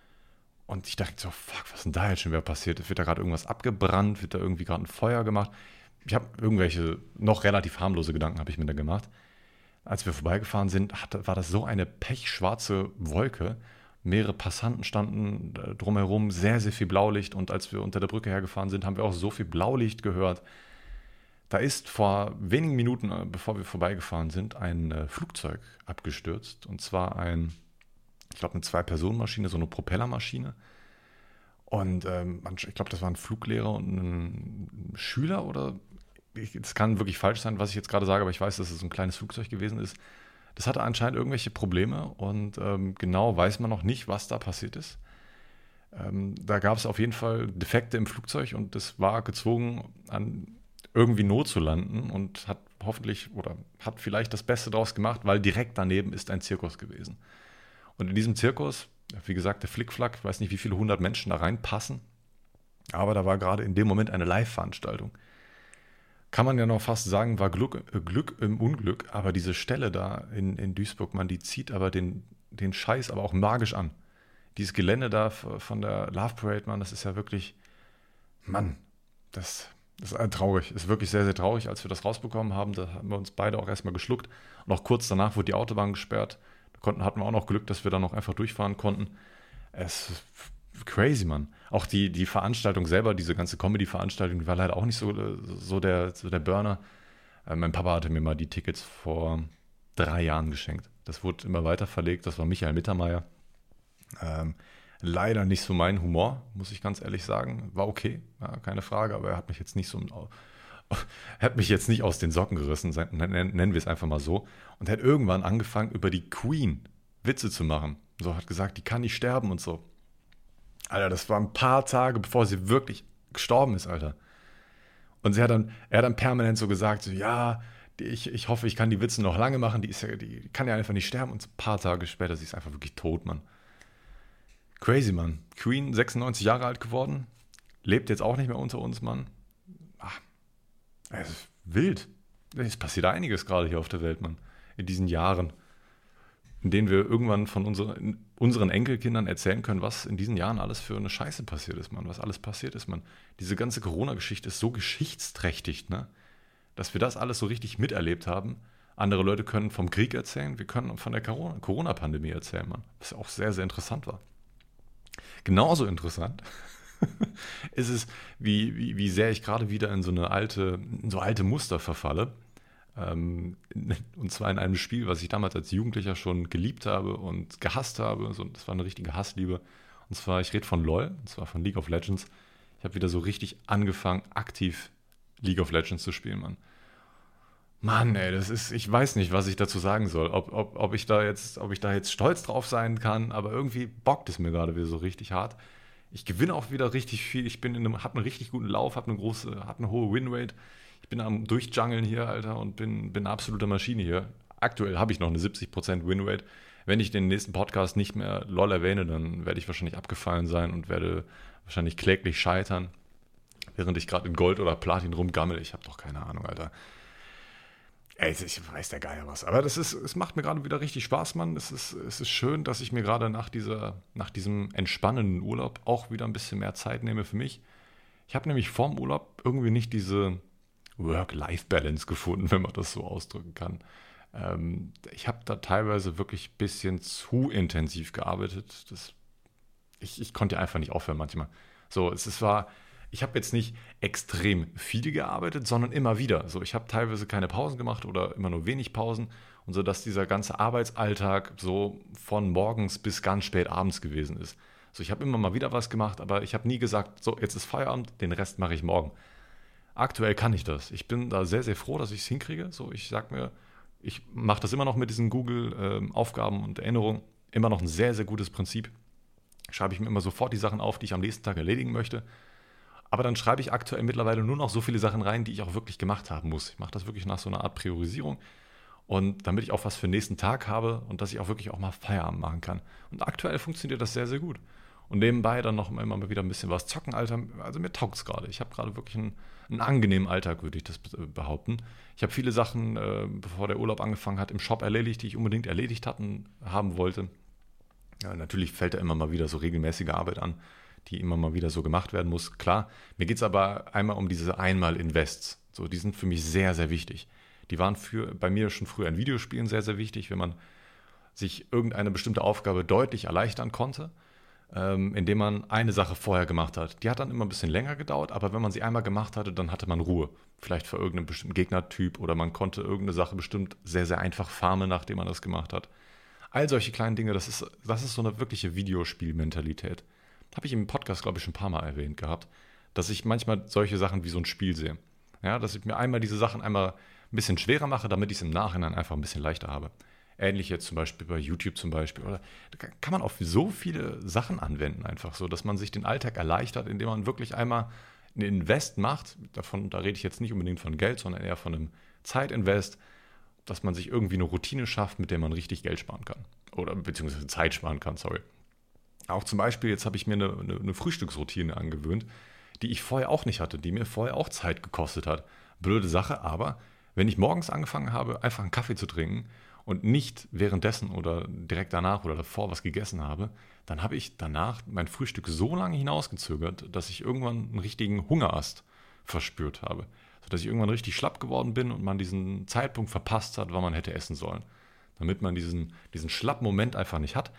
A: Und ich dachte so, fuck, was ist denn da jetzt schon wieder passiert? Wird da gerade irgendwas abgebrannt? Wird da irgendwie gerade ein Feuer gemacht? Ich habe irgendwelche noch relativ harmlose Gedanken habe ich mir da gemacht. Als wir vorbeigefahren sind, hatte, war das so eine pechschwarze Wolke. Mehrere Passanten standen äh, drumherum, sehr, sehr viel Blaulicht. Und als wir unter der Brücke hergefahren sind, haben wir auch so viel Blaulicht gehört. Da ist vor wenigen Minuten, äh, bevor wir vorbeigefahren sind, ein äh, Flugzeug abgestürzt. Und zwar ein, ich glaube, eine Zwei-Personen-Maschine, so eine Propellermaschine. Und ähm, man- ich glaube, das war ein Fluglehrer und ein Schüler oder es kann wirklich falsch sein, was ich jetzt gerade sage, aber ich weiß, dass es so ein kleines Flugzeug gewesen ist. Das hatte anscheinend irgendwelche Probleme und ähm, genau weiß man noch nicht, was da passiert ist. Ähm, da gab es auf jeden Fall Defekte im Flugzeug und es war gezwungen, an irgendwie Not zu landen und hat hoffentlich oder hat vielleicht das Beste draus gemacht, weil direkt daneben ist ein Zirkus gewesen. Und in diesem Zirkus, wie gesagt, der Flickflack, ich weiß nicht, wie viele hundert Menschen da reinpassen, aber da war gerade in dem Moment eine Live-Veranstaltung. Kann man ja noch fast sagen, war Glück, äh, Glück im Unglück, aber diese Stelle da in, in Duisburg, man, die zieht aber den, den Scheiß aber auch magisch an. Dieses Gelände da f- von der Love Parade, Mann, das ist ja wirklich, Mann, das, das ist äh, traurig. Ist wirklich sehr, sehr traurig, als wir das rausbekommen haben. Da haben wir uns beide auch erstmal geschluckt. Und auch kurz danach wurde die Autobahn gesperrt. Da konnten, hatten wir auch noch Glück, dass wir da noch einfach durchfahren konnten. Es ist crazy, Mann. Auch die, die Veranstaltung selber, diese ganze Comedy-Veranstaltung, die war leider auch nicht so, äh, so, der, so der Burner. Äh, mein Papa hatte mir mal die Tickets vor drei Jahren geschenkt. Das wurde immer weiter verlegt. Das war Michael Mittermeier. Ähm, leider nicht so mein Humor, muss ich ganz ehrlich sagen. War okay, ja, keine Frage, aber er hat mich jetzt nicht so er hat mich jetzt nicht aus den Socken gerissen, sein- nennen nennen wir es einfach mal so. Und er hat irgendwann angefangen, über die Queen Witze zu machen. So hat gesagt, die kann nicht sterben und so. Alter, das war ein paar Tage, bevor sie wirklich gestorben ist, Alter. Und sie hat dann, er hat dann permanent so gesagt, so, ja, die, ich, ich hoffe, ich kann die Witze noch lange machen, die, ist ja, die kann ja einfach nicht sterben. Und so ein paar Tage später, sie ist einfach wirklich tot, Mann. Crazy, Mann. Queen, sechsundneunzig Jahre alt geworden, lebt jetzt auch nicht mehr unter uns, Mann. Ach, es ist wild. Es passiert einiges gerade hier auf der Welt, Mann. In diesen Jahren. in denen wir irgendwann von unsere, unseren Enkelkindern erzählen können, was in diesen Jahren alles für eine Scheiße passiert ist, Mann. Was alles passiert ist, Mann. Diese ganze Corona-Geschichte ist so geschichtsträchtig, ne? Dass wir das alles so richtig miterlebt haben. Andere Leute können vom Krieg erzählen, wir können von der Corona- Corona-Pandemie erzählen, Mann. Was auch sehr, sehr interessant war. Genauso interessant ist es, wie, wie, wie sehr ich gerade wieder in so eine alte, in so alte Muster verfalle. Ähm, und zwar in einem Spiel, was ich damals als Jugendlicher schon geliebt habe und gehasst habe. So, das war eine richtige Hassliebe. Und zwar, ich rede von LOL, und zwar von League of Legends. Ich habe wieder so richtig angefangen, aktiv League of Legends zu spielen, Mann. Mann, ey, das ist, ich weiß nicht, was ich dazu sagen soll. Ob, ob, ob ich da jetzt, ob ich da jetzt stolz drauf sein kann, aber irgendwie bockt es mir gerade wieder so richtig hart. Ich gewinne auch wieder richtig viel. Ich bin in einem, hab einen richtig guten Lauf, habe eine große, hab eine hohe Winrate. Ich bin am Durchjungeln hier, Alter, und bin, bin eine absolute Maschine hier. Aktuell habe ich noch eine siebzig Prozent Winrate. Wenn ich den nächsten Podcast nicht mehr LOL erwähne, dann werde ich wahrscheinlich abgefallen sein und werde wahrscheinlich kläglich scheitern, während ich gerade in Gold oder Platin rumgammel. Ich habe doch keine Ahnung, Alter. Ey, ich weiß der Geier was. Aber das ist, es macht mir gerade wieder richtig Spaß, Mann. Es ist, es ist schön, dass ich mir gerade nach, dieser, nach diesem entspannenden Urlaub auch wieder ein bisschen mehr Zeit nehme für mich. Ich habe nämlich vorm Urlaub irgendwie nicht diese Work-Life-Balance gefunden, wenn man das so ausdrücken kann. Ähm, ich habe da teilweise wirklich ein bisschen zu intensiv gearbeitet. Das, ich, ich konnte einfach nicht aufhören manchmal. So, es, es war... Ich habe jetzt nicht extrem viel gearbeitet, sondern immer wieder. So, ich habe teilweise keine Pausen gemacht oder immer nur wenig Pausen. Und so, dass dieser ganze Arbeitsalltag so von morgens bis ganz spät abends gewesen ist. So, ich habe immer mal wieder was gemacht, aber ich habe nie gesagt, so, jetzt ist Feierabend, den Rest mache ich morgen. Aktuell kann ich das. Ich bin da sehr, sehr froh, dass ich es hinkriege. So, ich sag mir, ich mache das immer noch mit diesen Google-Aufgaben und Erinnerungen. Immer noch ein sehr, sehr gutes Prinzip. Schreibe ich mir immer sofort die Sachen auf, die ich am nächsten Tag erledigen möchte. Aber dann schreibe ich aktuell mittlerweile nur noch so viele Sachen rein, die ich auch wirklich gemacht haben muss. Ich mache das wirklich nach so einer Art Priorisierung. Und damit ich auch was für den nächsten Tag habe und dass ich auch wirklich auch mal Feierabend machen kann. Und aktuell funktioniert das sehr, sehr gut. Und nebenbei dann noch immer mal wieder ein bisschen was zocken, Alter. Also mir taugt es gerade. Ich habe gerade wirklich einen, einen angenehmen Alltag, würde ich das behaupten. Ich habe viele Sachen, äh, bevor der Urlaub angefangen hat, im Shop erledigt, die ich unbedingt erledigt hatten, haben wollte. Ja, natürlich fällt da immer mal wieder so regelmäßige Arbeit an, die immer mal wieder so gemacht werden muss. Klar, mir geht es aber einmal um diese Einmal-Invests. So, die sind für mich sehr, sehr wichtig. Die waren für, bei mir schon früher in Videospielen sehr, sehr wichtig, wenn man sich irgendeine bestimmte Aufgabe deutlich erleichtern konnte, ähm, indem man eine Sache vorher gemacht hat. Die hat dann immer ein bisschen länger gedauert, aber wenn man sie einmal gemacht hatte, dann hatte man Ruhe. Vielleicht für irgendeinen bestimmten Gegnertyp oder man konnte irgendeine Sache bestimmt sehr, sehr einfach farmen, nachdem man das gemacht hat. All solche kleinen Dinge, das ist, das ist so eine wirkliche Videospielmentalität. Habe ich im Podcast, glaube ich, schon ein paar Mal erwähnt gehabt, dass ich manchmal solche Sachen wie so ein Spiel sehe. Ja, dass ich mir einmal diese Sachen einmal ein bisschen schwerer mache, damit ich es im Nachhinein einfach ein bisschen leichter habe. Ähnlich jetzt zum Beispiel bei YouTube zum Beispiel. Oder da kann man auf so viele Sachen anwenden, einfach so, dass man sich den Alltag erleichtert, indem man wirklich einmal ein Invest macht. Davon, da rede ich jetzt nicht unbedingt von Geld, sondern eher von einem Zeitinvest, dass man sich irgendwie eine Routine schafft, mit der man richtig Geld sparen kann. Oder beziehungsweise Zeit sparen kann, sorry. Auch zum Beispiel, jetzt habe ich mir eine, eine, eine Frühstücksroutine angewöhnt, die ich vorher auch nicht hatte, die mir vorher auch Zeit gekostet hat. Blöde Sache, aber wenn ich morgens angefangen habe, einfach einen Kaffee zu trinken und nicht währenddessen oder direkt danach oder davor was gegessen habe, dann habe ich danach mein Frühstück so lange hinausgezögert, dass ich irgendwann einen richtigen Hungerast verspürt habe. Sodass ich irgendwann richtig schlapp geworden bin und man diesen Zeitpunkt verpasst hat, wann man hätte essen sollen. Damit man diesen, diesen schlappen Moment einfach nicht hat.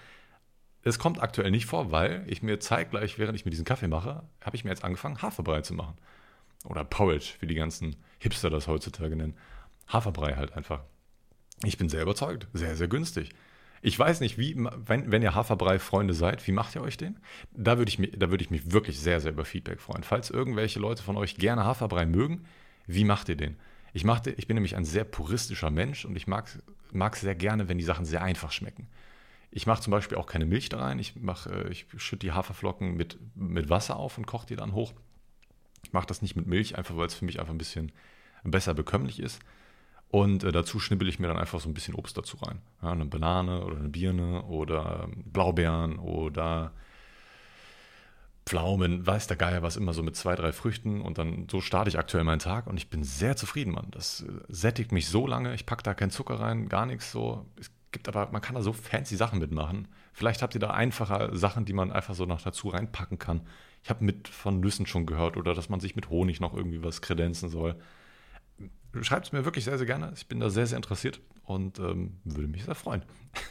A: Es kommt aktuell nicht vor, weil ich mir zeitgleich, während ich mir diesen Kaffee mache, habe ich mir jetzt angefangen, Haferbrei zu machen. Oder Porridge, wie die ganzen Hipster das heutzutage nennen. Haferbrei halt einfach. Ich bin sehr überzeugt. Sehr, sehr günstig. Ich weiß nicht, wie, wenn, wenn ihr Haferbrei-Freunde seid, wie macht ihr euch den? Da würde ich, mich- da würde ich mich wirklich sehr, sehr über Feedback freuen. Falls irgendwelche Leute von euch gerne Haferbrei mögen, wie macht ihr den? Ich, machte, ich bin nämlich ein sehr puristischer Mensch und ich mag es sehr gerne, wenn die Sachen sehr einfach schmecken. Ich mache zum Beispiel auch keine Milch da rein. Ich, mach, äh, ich schütte die Haferflocken mit, mit Wasser auf und koche die dann hoch. Ich mache das nicht mit Milch, einfach weil es für mich einfach ein bisschen besser bekömmlich ist. Und äh, dazu schnibbel ich mir dann einfach so ein bisschen Obst dazu rein. Ja, eine Banane oder eine Birne oder ähm, Blaubeeren oder Pflaumen, weiß der Geier was, immer so mit zwei, drei Früchten. Und dann so starte ich aktuell meinen Tag und ich bin sehr zufrieden, Mann. Das äh, sättigt mich so lange. Ich packe da keinen Zucker rein, gar nichts so. Es gibt aber, man kann da so fancy Sachen mitmachen. Vielleicht habt ihr da einfache Sachen, die man einfach so noch dazu reinpacken kann. Ich habe mit von Nüssen schon gehört oder dass man sich mit Honig noch irgendwie was kredenzen soll. Schreibt es mir wirklich sehr, sehr gerne. Ich bin da sehr, sehr interessiert und ähm, würde mich sehr freuen.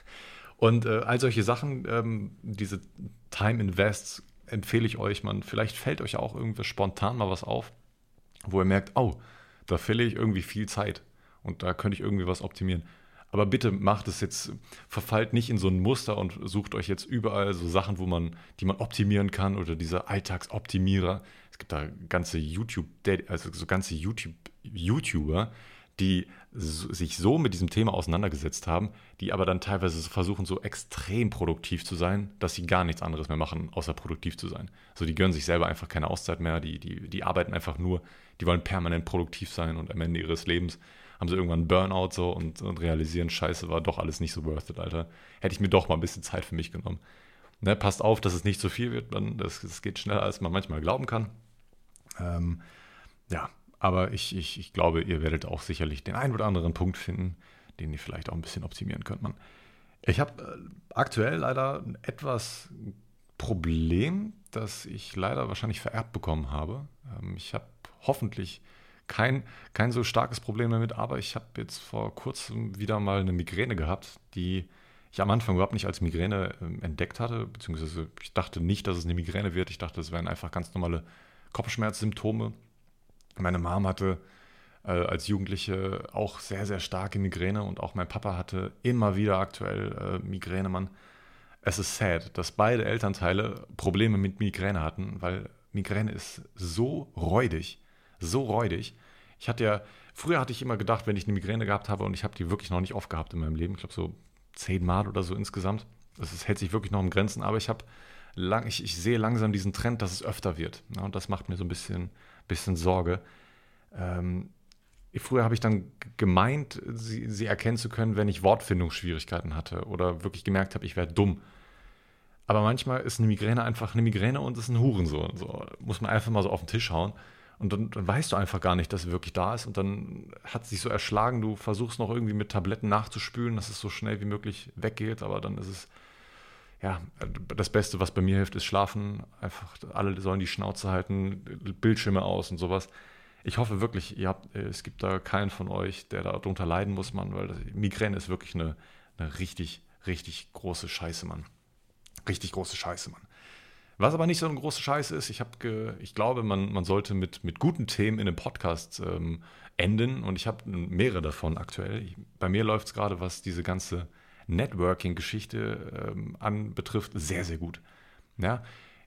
A: Und äh, all solche Sachen, ähm, diese Time Invests empfehle ich euch. Man, vielleicht fällt euch auch irgendwie spontan mal was auf, wo ihr merkt, oh, da verliere ich irgendwie viel Zeit und da könnte ich irgendwie was optimieren. Aber bitte macht es jetzt, verfallt nicht in so ein Muster und sucht euch jetzt überall so Sachen, wo man, die man optimieren kann oder diese Alltagsoptimierer. Es gibt da ganze YouTube, also so ganze YouTube, YouTuber, die so, sich so mit diesem Thema auseinandergesetzt haben, die aber dann teilweise so versuchen, so extrem produktiv zu sein, dass sie gar nichts anderes mehr machen, außer produktiv zu sein. So, die gönnen sich selber einfach keine Auszeit mehr, die, die, die arbeiten einfach nur, die wollen permanent produktiv sein und am Ende ihres Lebens haben sie irgendwann einen Burnout so und, und realisieren, scheiße, war doch alles nicht so worth it, Alter. Hätte ich mir doch mal ein bisschen Zeit für mich genommen. Ne, passt auf, dass es nicht zu viel wird, man, das, das geht schneller, als man manchmal glauben kann. Ähm, ja, aber ich, ich, ich glaube, ihr werdet auch sicherlich den einen oder anderen Punkt finden, den ihr vielleicht auch ein bisschen optimieren könnt, man. Ich habe äh, aktuell leider ein etwas Problem, das ich leider wahrscheinlich vererbt bekommen habe. Ähm, ich habe hoffentlich kein, kein so starkes Problem damit, aber ich habe jetzt vor kurzem wieder mal eine Migräne gehabt, die ich am Anfang überhaupt nicht als Migräne ähm, entdeckt hatte, beziehungsweise ich dachte nicht, dass es eine Migräne wird. Ich dachte, es wären einfach ganz normale Kopfschmerzsymptome. Meine Mom hatte äh, als Jugendliche auch sehr, sehr starke Migräne und auch mein Papa hatte immer wieder aktuell äh, Migräne, Mann. Es ist sad, dass beide Elternteile Probleme mit Migräne hatten, weil Migräne ist so räudig, so räudig. Ich hatte ja, früher hatte ich immer gedacht, wenn ich eine Migräne gehabt habe und ich habe die wirklich noch nicht oft gehabt in meinem Leben, ich glaube so zehnmal oder so insgesamt. Das ist, hält sich wirklich noch im Grenzen, aber ich habe lang, ich, ich sehe langsam diesen Trend, dass es öfter wird. Ja, und das macht mir so ein bisschen, bisschen Sorge. Ähm, früher habe ich dann gemeint, sie, sie erkennen zu können, wenn ich Wortfindungsschwierigkeiten hatte oder wirklich gemerkt habe, ich wäre dumm. Aber manchmal ist eine Migräne einfach eine Migräne und ist ein Hurensohn. So muss man einfach mal so auf den Tisch hauen. Und dann, dann weißt du einfach gar nicht, dass sie wirklich da ist. Und dann hat es sich so erschlagen, du versuchst noch irgendwie mit Tabletten nachzuspülen, dass es so schnell wie möglich weggeht. Aber dann ist es, ja, das Beste, was bei mir hilft, ist schlafen. Einfach alle sollen die Schnauze halten, Bildschirme aus und sowas. Ich hoffe wirklich, ihr habt, es gibt da keinen von euch, der darunter leiden muss, Mann. Weil das, Migräne ist wirklich eine, eine richtig, richtig große Scheiße, Mann. Richtig große Scheiße, Mann. Was aber nicht so eine große Scheiße ist, ich, hab ge, ich glaube, man, man sollte mit, mit guten Themen in einem Podcast ähm, enden und ich habe mehrere davon aktuell. Ich, bei mir läuft es gerade, was diese ganze Networking-Geschichte ähm, anbetrifft, sehr, sehr gut. Ja?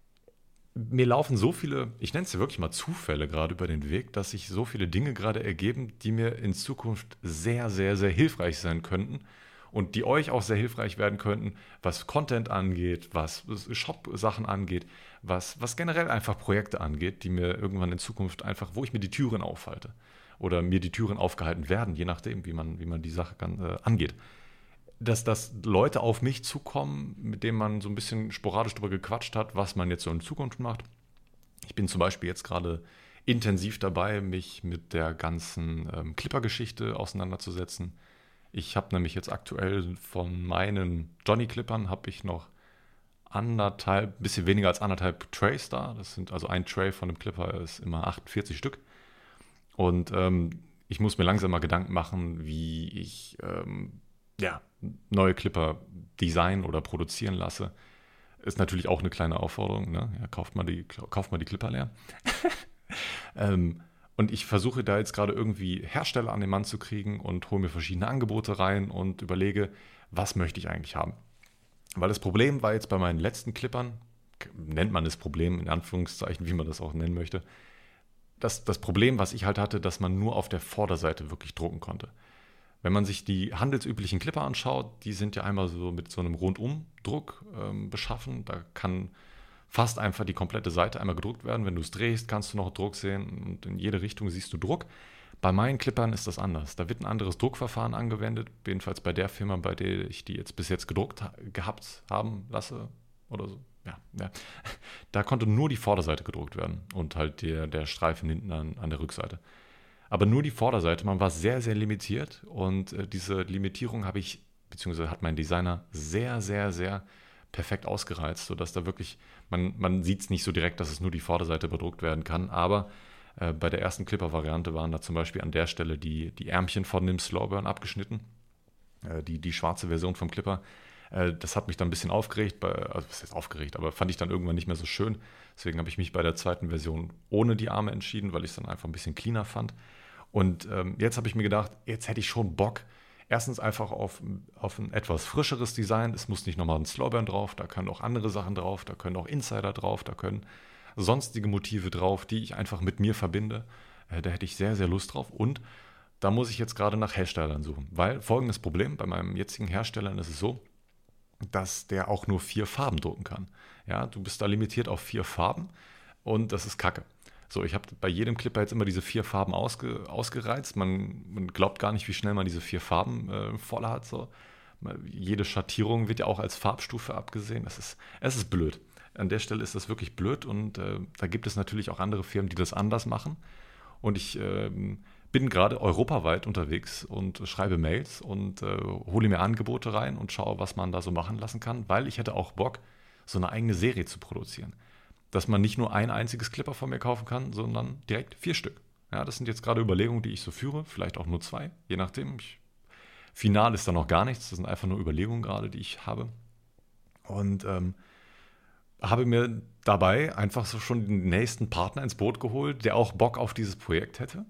A: Mir laufen so viele, ich nenne es ja wirklich mal Zufälle gerade über den Weg, dass sich so viele Dinge gerade ergeben, die mir in Zukunft sehr, sehr, sehr hilfreich sein könnten. Und die euch auch sehr hilfreich werden könnten, was Content angeht, was Shop-Sachen angeht, was, was generell einfach Projekte angeht, die mir irgendwann in Zukunft einfach, wo ich mir die Türen aufhalte oder mir die Türen aufgehalten werden, je nachdem, wie man, wie man die Sache kann, äh, angeht. Dass, dass Leute auf mich zukommen, mit denen man so ein bisschen sporadisch darüber gequatscht hat, was man jetzt so in Zukunft macht. Ich bin zum Beispiel jetzt gerade intensiv dabei, mich mit der ganzen ähm, Clipper-Geschichte auseinanderzusetzen. Ich habe nämlich jetzt aktuell von meinen Johnny-Clippern habe ich noch anderthalb, bisschen weniger als anderthalb Trays da. Das sind also ein Tray von dem Clipper ist immer achtundvierzig Stück. Und ähm, ich muss mir langsam mal Gedanken machen, wie ich ähm, ja, neue Clipper designen oder produzieren lasse. Ist natürlich auch eine kleine Aufforderung. Ne? Ja, kauft mal die, kauft mal die Clipper leer. ähm, Und ich versuche da jetzt gerade irgendwie Hersteller an den Mann zu kriegen und hole mir verschiedene Angebote rein und überlege, was möchte ich eigentlich haben. Weil das Problem war jetzt bei meinen letzten Clippern, nennt man das Problem in Anführungszeichen, wie man das auch nennen möchte, das, das Problem, was ich halt hatte, dass man nur auf der Vorderseite wirklich drucken konnte. Wenn man sich die handelsüblichen Clipper anschaut, die sind ja einmal so mit so einem Rundumdruck ähm, beschaffen. Da kann fast einfach die komplette Seite einmal gedruckt werden. Wenn du es drehst, kannst du noch Druck sehen und in jede Richtung siehst du Druck. Bei meinen Clippern ist das anders. Da wird ein anderes Druckverfahren angewendet, jedenfalls bei der Firma, bei der ich die jetzt bis jetzt gedruckt ha- gehabt haben lasse oder so. Ja, ja. Da konnte nur die Vorderseite gedruckt werden und halt der, der Streifen hinten an, an der Rückseite. Aber nur die Vorderseite, man war sehr, sehr limitiert und äh, diese Limitierung habe ich beziehungsweise hat mein Designer sehr, sehr, sehr perfekt ausgereizt, sodass da wirklich, man, man sieht es nicht so direkt, dass es nur die Vorderseite bedruckt werden kann, aber äh, bei der ersten Clipper-Variante waren da zum Beispiel an der Stelle die, die Ärmchen von dem Slowburn abgeschnitten, äh, die, die schwarze Version vom Clipper. Äh, das hat mich dann ein bisschen aufgeregt, bei, also was heißt aufgeregt, aber fand ich dann irgendwann nicht mehr so schön. Deswegen habe ich mich bei der zweiten Version ohne die Arme entschieden, weil ich es dann einfach ein bisschen cleaner fand. Und ähm, jetzt habe ich mir gedacht, jetzt hätte ich schon Bock, erstens einfach auf, auf ein etwas frischeres Design. Es muss nicht nochmal ein Slowburn drauf, da können auch andere Sachen drauf, da können auch Insider drauf, da können sonstige Motive drauf, die ich einfach mit mir verbinde. Äh, da hätte ich sehr, sehr Lust drauf. Und da muss ich jetzt gerade nach Herstellern suchen. Weil folgendes Problem, bei meinem jetzigen Hersteller ist es so, dass der auch nur vier Farben drucken kann. Ja, du bist da limitiert auf vier Farben und das ist Kacke. So, ich habe bei jedem Clipper jetzt immer diese vier Farben ausge, ausgereizt. Man, man glaubt gar nicht, wie schnell man diese vier Farben äh, voll hat. So. Jede Schattierung wird ja auch als Farbstufe abgesehen. Das ist, es ist blöd. An der Stelle ist das wirklich blöd und äh, da gibt es natürlich auch andere Firmen, die das anders machen. Und ich äh, bin gerade europaweit unterwegs und schreibe Mails und äh, hole mir Angebote rein und schaue, was man da so machen lassen kann, weil ich hätte auch Bock, so eine eigene Serie zu produzieren. Dass man nicht nur ein einziges Clipper von mir kaufen kann, sondern direkt vier Stück. Ja, das sind jetzt gerade Überlegungen, die ich so führe, vielleicht auch nur zwei, je nachdem. Ich, final ist da noch gar nichts, das sind einfach nur Überlegungen gerade, die ich habe. Und ähm, habe mir dabei einfach so schon den nächsten Partner ins Boot geholt, der auch Bock auf dieses Projekt hätte.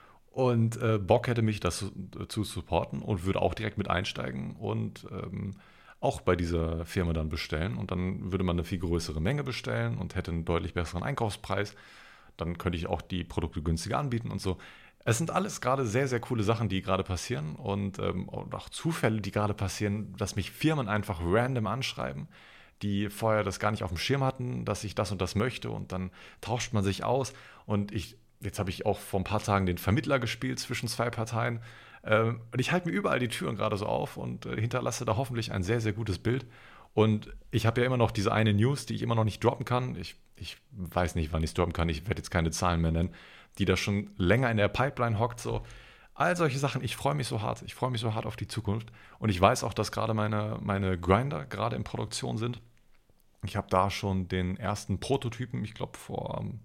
A: Und äh, Bock hätte mich das zu, zu supporten und würde auch direkt mit einsteigen und ähm, auch bei dieser Firma dann bestellen. Und dann würde man eine viel größere Menge bestellen und hätte einen deutlich besseren Einkaufspreis. Dann könnte ich auch die Produkte günstiger anbieten und so. Es sind alles gerade sehr, sehr coole Sachen, die gerade passieren und, ähm, und auch Zufälle, die gerade passieren, dass mich Firmen einfach random anschreiben, die vorher das gar nicht auf dem Schirm hatten, dass ich das und das möchte und dann tauscht man sich aus und ich, jetzt habe ich auch vor ein paar Tagen den Vermittler gespielt zwischen zwei Parteien ähm, und ich halte mir überall die Türen gerade so auf und äh, hinterlasse da hoffentlich ein sehr, sehr gutes Bild und ich habe ja immer noch diese eine News, die ich immer noch nicht droppen kann. Ich, ich weiß nicht, wann ich es droppen kann, ich werde jetzt keine Zahlen mehr nennen, die da schon länger in der Pipeline hockt, so all solche Sachen. Ich freue mich so hart, ich freue mich so hart auf die Zukunft und ich weiß auch, dass gerade meine, meine Grinder gerade in Produktion sind. Ich habe da schon den ersten Prototypen, ich glaube, vor ähm,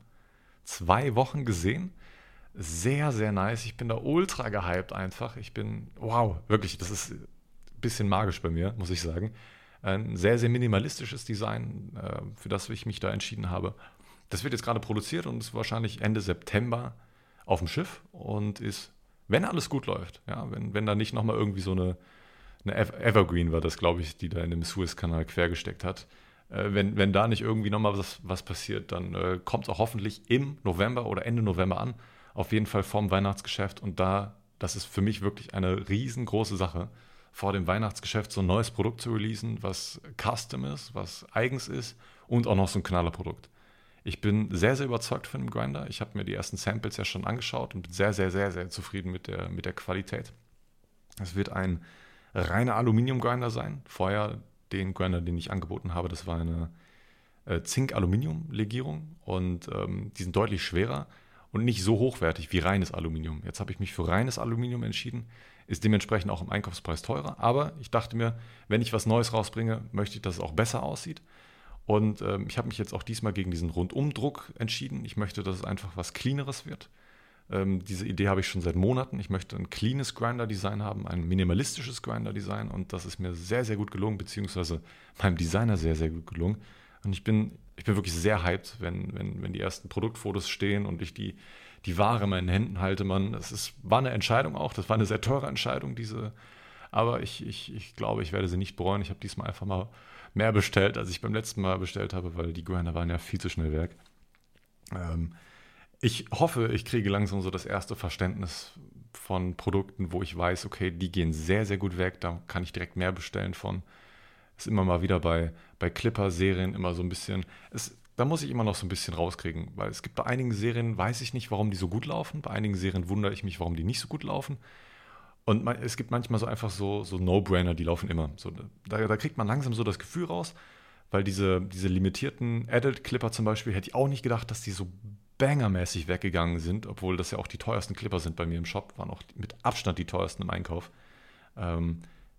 A: zwei Wochen gesehen. Sehr, sehr nice. Ich bin da ultra gehypt einfach. Ich bin, wow, wirklich, das ist ein bisschen magisch bei mir, muss ich sagen. Ein sehr, sehr minimalistisches Design, äh, für das ich mich da entschieden habe. Das wird jetzt gerade produziert und ist wahrscheinlich Ende September auf dem Schiff und ist, wenn alles gut läuft, ja, wenn, wenn da nicht nochmal irgendwie so eine, eine Evergreen war das, glaube ich, die da in dem Suezkanal quergesteckt hat. Wenn, wenn da nicht irgendwie nochmal was, was passiert, dann äh, kommt es auch hoffentlich im November oder Ende November an. Auf jeden Fall vorm Weihnachtsgeschäft. Und da, das ist für mich wirklich eine riesengroße Sache, vor dem Weihnachtsgeschäft so ein neues Produkt zu releasen, was custom ist, was eigens ist und auch noch so ein Knallerprodukt. Ich bin sehr, sehr überzeugt von dem Grinder. Ich habe mir die ersten Samples ja schon angeschaut und bin sehr, sehr, sehr, sehr zufrieden mit der, mit der Qualität. Es wird ein reiner Aluminium-Grinder sein. Vorher den Grinder, den ich angeboten habe, das war eine äh, Zink-Aluminium-Legierung und ähm, die sind deutlich schwerer und nicht so hochwertig wie reines Aluminium. Jetzt habe ich mich für reines Aluminium entschieden, ist dementsprechend auch im Einkaufspreis teurer, aber ich dachte mir, wenn ich was Neues rausbringe, möchte ich, dass es auch besser aussieht und ähm, ich habe mich jetzt auch diesmal gegen diesen Rundumdruck entschieden. Ich möchte, dass es einfach was Cleaneres wird. Ähm, diese Idee habe ich schon seit Monaten. Ich möchte ein cleanes Grinder-Design haben, ein minimalistisches Grinder-Design und das ist mir sehr, sehr gut gelungen, beziehungsweise meinem Designer sehr, sehr gut gelungen. Und ich bin, ich bin wirklich sehr hyped, wenn, wenn, wenn die ersten Produktfotos stehen und ich die, die Ware in meinen Händen halte. Man, es ist, war eine Entscheidung auch, das war eine sehr teure Entscheidung, diese, aber ich, ich, ich glaube, ich werde sie nicht bereuen. Ich habe diesmal einfach mal mehr bestellt, als ich beim letzten Mal bestellt habe, weil die Grinder waren ja viel zu schnell weg. Ähm, Ich hoffe, ich kriege langsam so das erste Verständnis von Produkten, wo ich weiß, okay, die gehen sehr, sehr gut weg, da kann ich direkt mehr bestellen von. Ist immer mal wieder bei, bei Clipper-Serien immer so ein bisschen, es, da muss ich immer noch so ein bisschen rauskriegen, weil es gibt bei einigen Serien, weiß ich nicht, warum die so gut laufen, bei einigen Serien wundere ich mich, warum die nicht so gut laufen. Und man, es gibt manchmal so einfach so, so No-Brainer, die laufen immer. So, da, da kriegt man langsam so das Gefühl raus, weil diese, diese limitierten Adult-Clipper zum Beispiel, hätte ich auch nicht gedacht, dass die so bangermäßig weggegangen sind, obwohl das ja auch die teuersten Clipper sind bei mir im Shop, waren auch mit Abstand die teuersten im Einkauf. Ähm,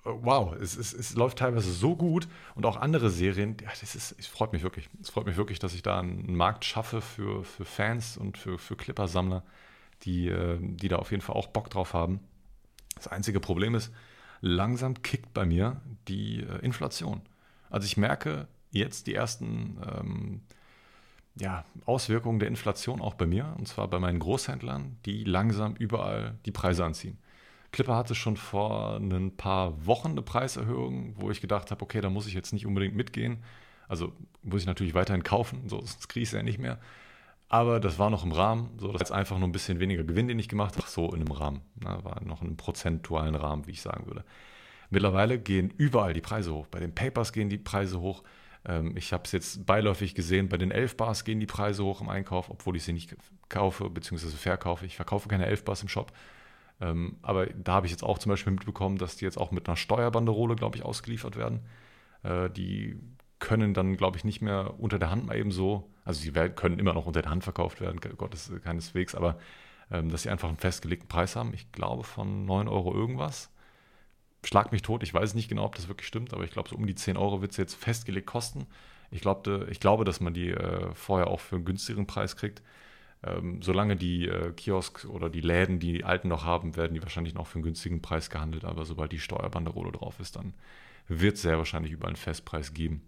A: wow, es, es, es läuft teilweise so gut und auch andere Serien, ja, das ist, es freut mich wirklich. Es freut mich wirklich, dass ich da einen Markt schaffe für, für Fans und für, für Clipper-Sammler, die, äh, die da auf jeden Fall auch Bock drauf haben. Das einzige Problem ist, langsam kickt bei mir die äh, Inflation. Also ich merke jetzt die ersten ähm, ja, Auswirkungen der Inflation auch bei mir, und zwar bei meinen Großhändlern, die langsam überall die Preise anziehen. Clipper hatte schon vor ein paar Wochen eine Preiserhöhung, wo ich gedacht habe, okay, da muss ich jetzt nicht unbedingt mitgehen. Also muss ich natürlich weiterhin kaufen, so, sonst kriege ich es ja nicht mehr. Aber das war noch im Rahmen, so, das ist jetzt einfach nur ein bisschen weniger Gewinn, den ich gemacht habe, so in einem Rahmen. Ne, war noch in einem prozentualen Rahmen, wie ich sagen würde. Mittlerweile gehen überall die Preise hoch. Bei den Papers gehen die Preise hoch. Ähm, ich habe es jetzt beiläufig gesehen, bei den elf Bars gehen die Preise hoch im Einkauf, obwohl ich sie nicht kaufe bzw. verkaufe. Ich verkaufe keine elf Bars im Shop. Ähm, aber da habe ich jetzt auch zum Beispiel mitbekommen, dass die jetzt auch mit einer Steuerbanderole, glaube ich, ausgeliefert werden. Äh, die können dann, glaube ich, nicht mehr unter der Hand mal eben so, also sie werden, können immer noch unter der Hand verkauft werden, Gottes keineswegs, aber ähm, dass sie einfach einen festgelegten Preis haben. Ich glaube von neun Euro irgendwas. Schlag mich tot, ich weiß nicht genau, ob das wirklich stimmt, aber ich glaube, so um die zehn Euro wird es jetzt festgelegt kosten. Ich, glaubte, ich glaube, dass man die äh, vorher auch für einen günstigeren Preis kriegt. Ähm, solange die äh, Kiosks oder die Läden, die, die alten noch haben, werden die wahrscheinlich noch für einen günstigen Preis gehandelt. Aber sobald die Steuerbanderole drauf ist, dann wird es sehr wahrscheinlich überall einen Festpreis geben.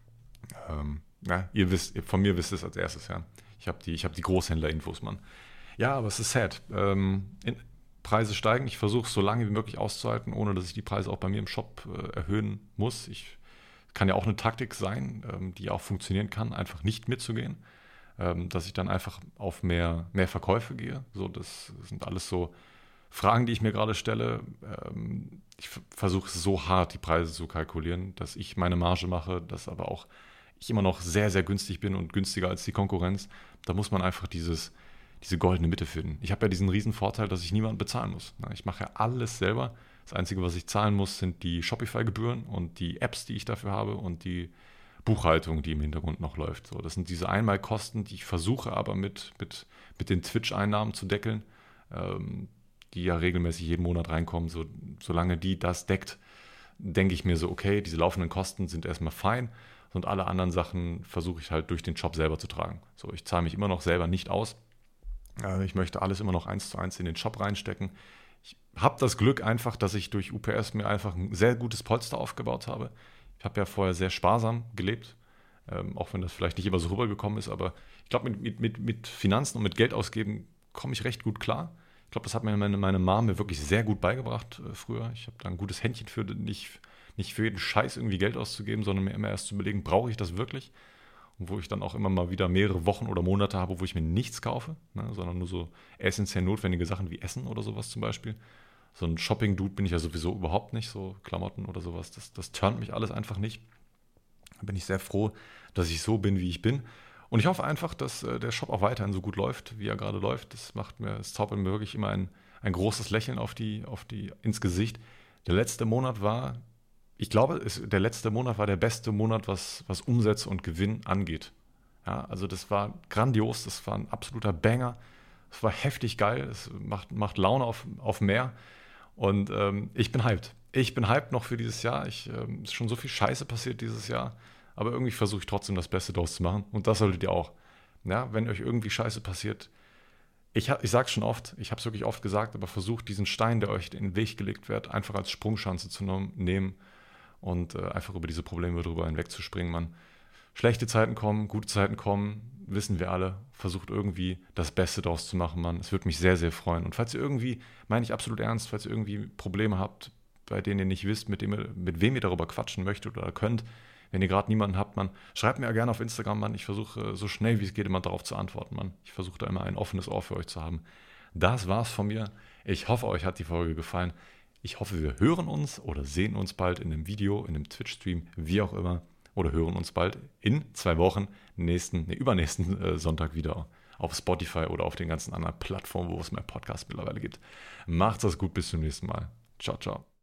A: Ähm, ja, ihr wisst, von mir wisst es als erstes, ja. Ich habe die, ich hab die Großhändler-Infos, Mann. Ja, aber es ist sad. Ähm, in, Preise steigen. Ich versuche es so lange wie möglich auszuhalten, ohne dass ich die Preise auch bei mir im Shop äh, erhöhen muss. Ich kann ja auch eine Taktik sein, ähm, die auch funktionieren kann, einfach nicht mitzugehen. Ähm, dass ich dann einfach auf mehr, mehr Verkäufe gehe. So, das sind alles so Fragen, die ich mir gerade stelle. Ähm, ich f- versuche so hart die Preise zu kalkulieren, dass ich meine Marge mache, dass aber auch ich immer noch sehr, sehr günstig bin und günstiger als die Konkurrenz. Da muss man einfach dieses diese goldene Mitte finden. Ich habe ja diesen riesen Vorteil, dass ich niemanden bezahlen muss. Ich mache ja alles selber. Das Einzige, was ich zahlen muss, sind die Shopify-Gebühren und die Apps, die ich dafür habe und die Buchhaltung, die im Hintergrund noch läuft. So, das sind diese Einmalkosten, die ich versuche aber mit, mit, mit den Twitch-Einnahmen zu deckeln, ähm, die ja regelmäßig jeden Monat reinkommen. So, solange die das deckt, denke ich mir so, okay, diese laufenden Kosten sind erstmal fein und alle anderen Sachen versuche ich halt durch den Shop selber zu tragen. So, ich zahle mich immer noch selber nicht aus. Ich möchte alles immer noch eins zu eins in den Shop reinstecken. Ich habe das Glück einfach, dass ich durch U P S mir einfach ein sehr gutes Polster aufgebaut habe. Ich habe ja vorher sehr sparsam gelebt, ähm, auch wenn das vielleicht nicht immer so rübergekommen ist, aber ich glaube, mit, mit, mit Finanzen und mit Geld ausgeben komme ich recht gut klar. Ich glaube, das hat mir meine, meine Mom mir wirklich sehr gut beigebracht äh, früher. Ich habe da ein gutes Händchen für, nicht, nicht für jeden Scheiß irgendwie Geld auszugeben, sondern mir immer erst zu überlegen, brauche ich das wirklich? Und wo ich dann auch immer mal wieder mehrere Wochen oder Monate habe, wo ich mir nichts kaufe, ne, sondern nur so essentiell notwendige Sachen wie Essen oder sowas zum Beispiel. So ein Shopping-Dude bin ich ja sowieso überhaupt nicht, so Klamotten oder sowas, das, das turnt mich alles einfach nicht. Da bin ich sehr froh, dass ich so bin, wie ich bin. Und ich hoffe einfach, dass äh, der Shop auch weiterhin so gut läuft, wie er gerade läuft. Das macht mir, es zaubert mir wirklich immer ein, ein großes Lächeln auf die, auf die, ins Gesicht. Der letzte Monat war, ich glaube, es, der letzte Monat war der beste Monat, was, was Umsätze und Gewinn angeht. Ja, also das war grandios, das war ein absoluter Banger. Es war heftig geil, es macht, macht Laune auf, auf mehr. Und ähm, ich bin hyped. Ich bin hyped noch für dieses Jahr. Ich, ähm, es ist schon so viel Scheiße passiert dieses Jahr. Aber irgendwie versuche ich trotzdem das Beste draus zu machen. Und das solltet ihr auch. Ja, wenn euch irgendwie Scheiße passiert, ich, ha- ich sage es schon oft, ich habe es wirklich oft gesagt, aber versucht diesen Stein, der euch in den Weg gelegt wird, einfach als Sprungschanze zu nom- nehmen und äh, einfach über diese Probleme drüber hinwegzuspringen, Mann. Schlechte Zeiten kommen, gute Zeiten kommen, wissen wir alle. Versucht irgendwie das Beste draus zu machen, Mann. Es würde mich sehr, sehr freuen. Und falls ihr irgendwie, meine ich absolut ernst, falls ihr irgendwie Probleme habt, bei denen ihr nicht wisst, mit, dem ihr, mit wem ihr darüber quatschen möchtet oder könnt, wenn ihr gerade niemanden habt, Mann, schreibt mir ja gerne auf Instagram, Mann. Ich versuche äh, so schnell wie es geht immer darauf zu antworten, Mann. Ich versuche da immer ein offenes Ohr für euch zu haben. Das war's von mir. Ich hoffe, euch hat die Folge gefallen. Ich hoffe, wir hören uns oder sehen uns bald in einem Video, in einem Twitch-Stream, wie auch immer. Oder hören uns bald in zwei Wochen, nächsten, nee, übernächsten äh, Sonntag wieder auf Spotify oder auf den ganzen anderen Plattformen, wo es mein Podcast mittlerweile gibt. Macht's das gut, bis zum nächsten Mal. Ciao, ciao.